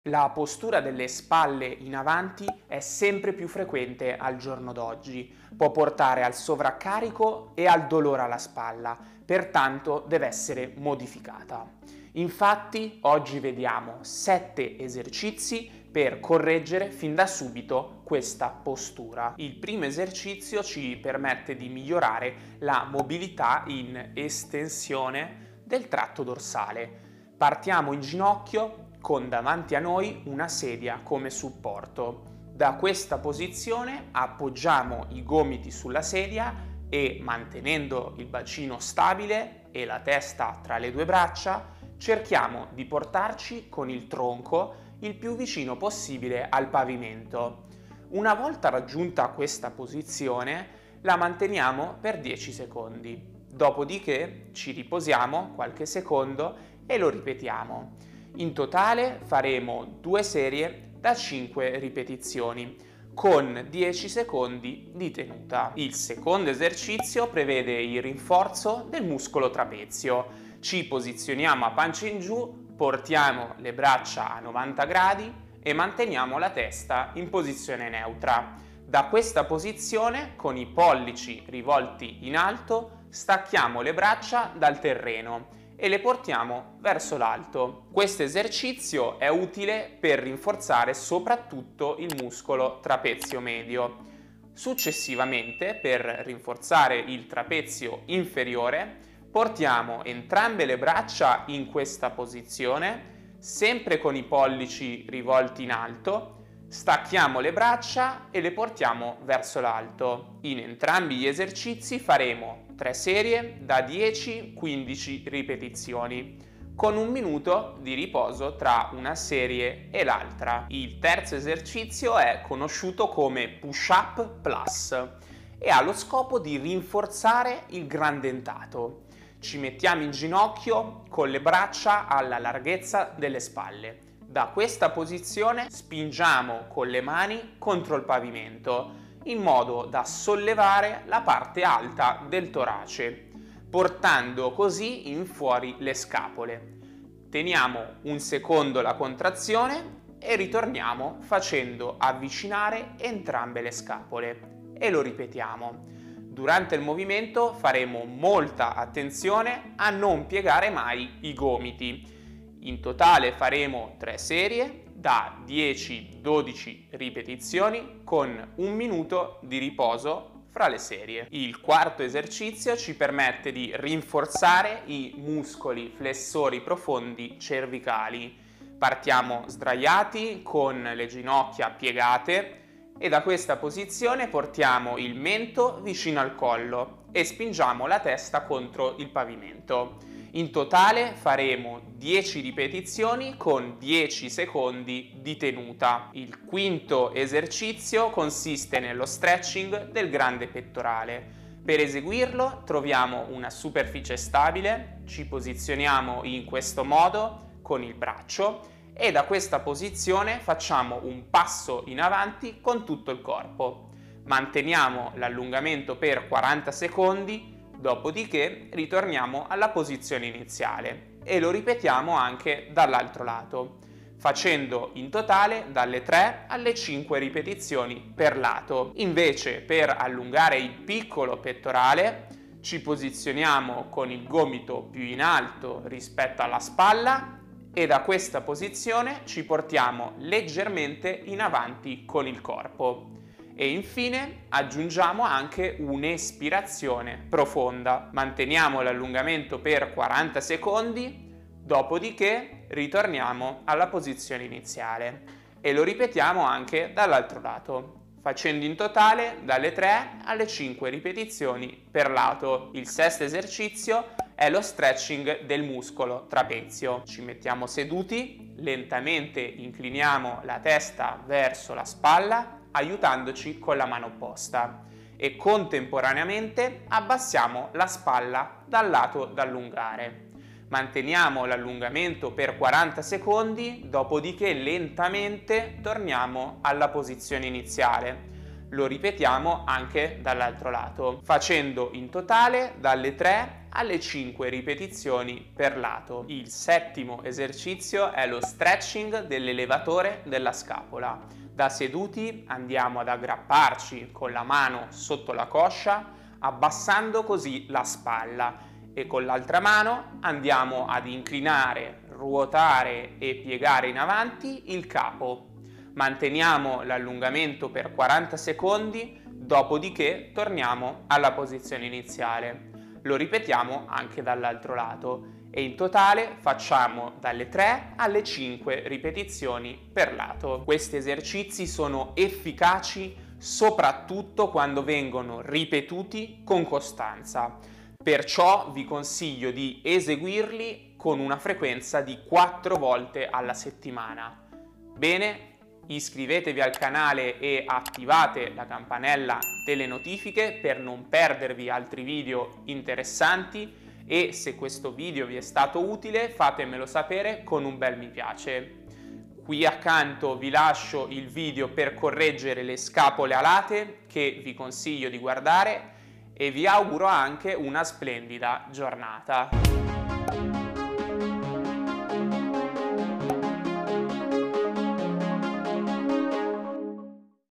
La postura delle spalle in avanti è sempre più frequente al giorno d'oggi, può portare al sovraccarico e al dolore alla spalla, pertanto deve essere modificata. Infatti oggi vediamo 7 esercizi per correggere fin da subito questa postura. Il primo esercizio ci permette di migliorare la mobilità in estensione del tratto dorsale. Partiamo in ginocchio con davanti a noi una sedia come supporto. Da questa posizione appoggiamo i gomiti sulla sedia e, mantenendo il bacino stabile e la testa tra le due braccia, cerchiamo di portarci con il tronco il più vicino possibile al pavimento. Una volta raggiunta questa posizione, la manteniamo per 10 secondi. Dopodiché ci riposiamo qualche secondo e lo ripetiamo. In totale faremo 2 serie da 5 ripetizioni con 10 secondi di tenuta. Il secondo esercizio prevede il rinforzo del muscolo trapezio. Ci posizioniamo a pancia in giù, portiamo le braccia a 90 gradi e manteniamo la testa in posizione neutra. Da questa posizione, con i pollici rivolti in alto, stacchiamo le braccia dal terreno e le portiamo verso l'alto. Questo esercizio è utile per rinforzare soprattutto il muscolo trapezio medio. Successivamente, per rinforzare il trapezio inferiore, portiamo entrambe le braccia in questa posizione, sempre con i pollici rivolti in alto, stacchiamo le braccia e le portiamo verso l'alto. In entrambi gli esercizi faremo 3 serie da 10-15 ripetizioni, con 1 minuto di riposo tra una serie e l'altra. Il terzo esercizio è conosciuto come push-up plus e ha lo scopo di rinforzare il grandentato. Ci mettiamo in ginocchio con le braccia alla larghezza delle spalle. Da questa posizione spingiamo con le mani contro il pavimento in modo da sollevare la parte alta del torace, portando così in fuori le scapole. Teniamo un secondo la contrazione e ritorniamo facendo avvicinare entrambe le scapole e lo ripetiamo. Durante il movimento faremo molta attenzione a non piegare mai i gomiti. In totale faremo 3 serie da 10-12 ripetizioni con 1 minuto di riposo fra le serie. Il quarto esercizio ci permette di rinforzare i muscoli flessori profondi cervicali. Partiamo sdraiati con le ginocchia piegate e da questa posizione portiamo il mento vicino al collo e spingiamo la testa contro il pavimento. In totale faremo 10 ripetizioni con 10 secondi di tenuta. Il quinto esercizio consiste nello stretching del grande pettorale. Per eseguirlo troviamo una superficie stabile, ci posizioniamo in questo modo con il braccio e da questa posizione facciamo un passo in avanti con tutto il corpo. Manteniamo l'allungamento per 40 secondi. Dopodiché ritorniamo alla posizione iniziale e lo ripetiamo anche dall'altro lato, facendo in totale dalle 3 alle 5 ripetizioni per lato. Invece, per allungare il piccolo pettorale, ci posizioniamo con il gomito più in alto rispetto alla spalla e da questa posizione ci portiamo leggermente in avanti con il corpo. E infine aggiungiamo anche un'espirazione profonda. Manteniamo l'allungamento per 40 secondi, dopodiché ritorniamo alla posizione iniziale e lo ripetiamo anche dall'altro lato, facendo in totale dalle 3 alle 5 ripetizioni per lato. Il sesto esercizio è lo stretching del muscolo trapezio. Ci mettiamo seduti, lentamente incliniamo la testa verso la spalla, aiutandoci con la mano opposta e contemporaneamente abbassiamo la spalla dal lato da allungare. Manteniamo l'allungamento per 40 secondi, dopodiché lentamente torniamo alla posizione iniziale, Lo ripetiamo anche dall'altro lato, facendo in totale dalle 3 alle 5 ripetizioni per lato. Il settimo esercizio è lo stretching dell'elevatore della scapola. Da seduti andiamo ad aggrapparci con la mano sotto la coscia, abbassando così la spalla, e con l'altra mano andiamo ad inclinare, ruotare e piegare in avanti il capo. Manteniamo l'allungamento per 40 secondi, dopodiché torniamo alla posizione iniziale. Lo ripetiamo anche dall'altro lato e in totale facciamo dalle 3 alle 5 ripetizioni per lato. Questi esercizi sono efficaci soprattutto quando vengono ripetuti con costanza. Perciò vi consiglio di eseguirli con una frequenza di 4 volte alla settimana. Bene? Iscrivetevi al canale e attivate la campanella delle notifiche per non perdervi altri video interessanti, e se questo video vi è stato utile fatemelo sapere con un bel mi piace. Qui accanto vi lascio il video per correggere le scapole alate che vi consiglio di guardare e vi auguro anche una splendida giornata.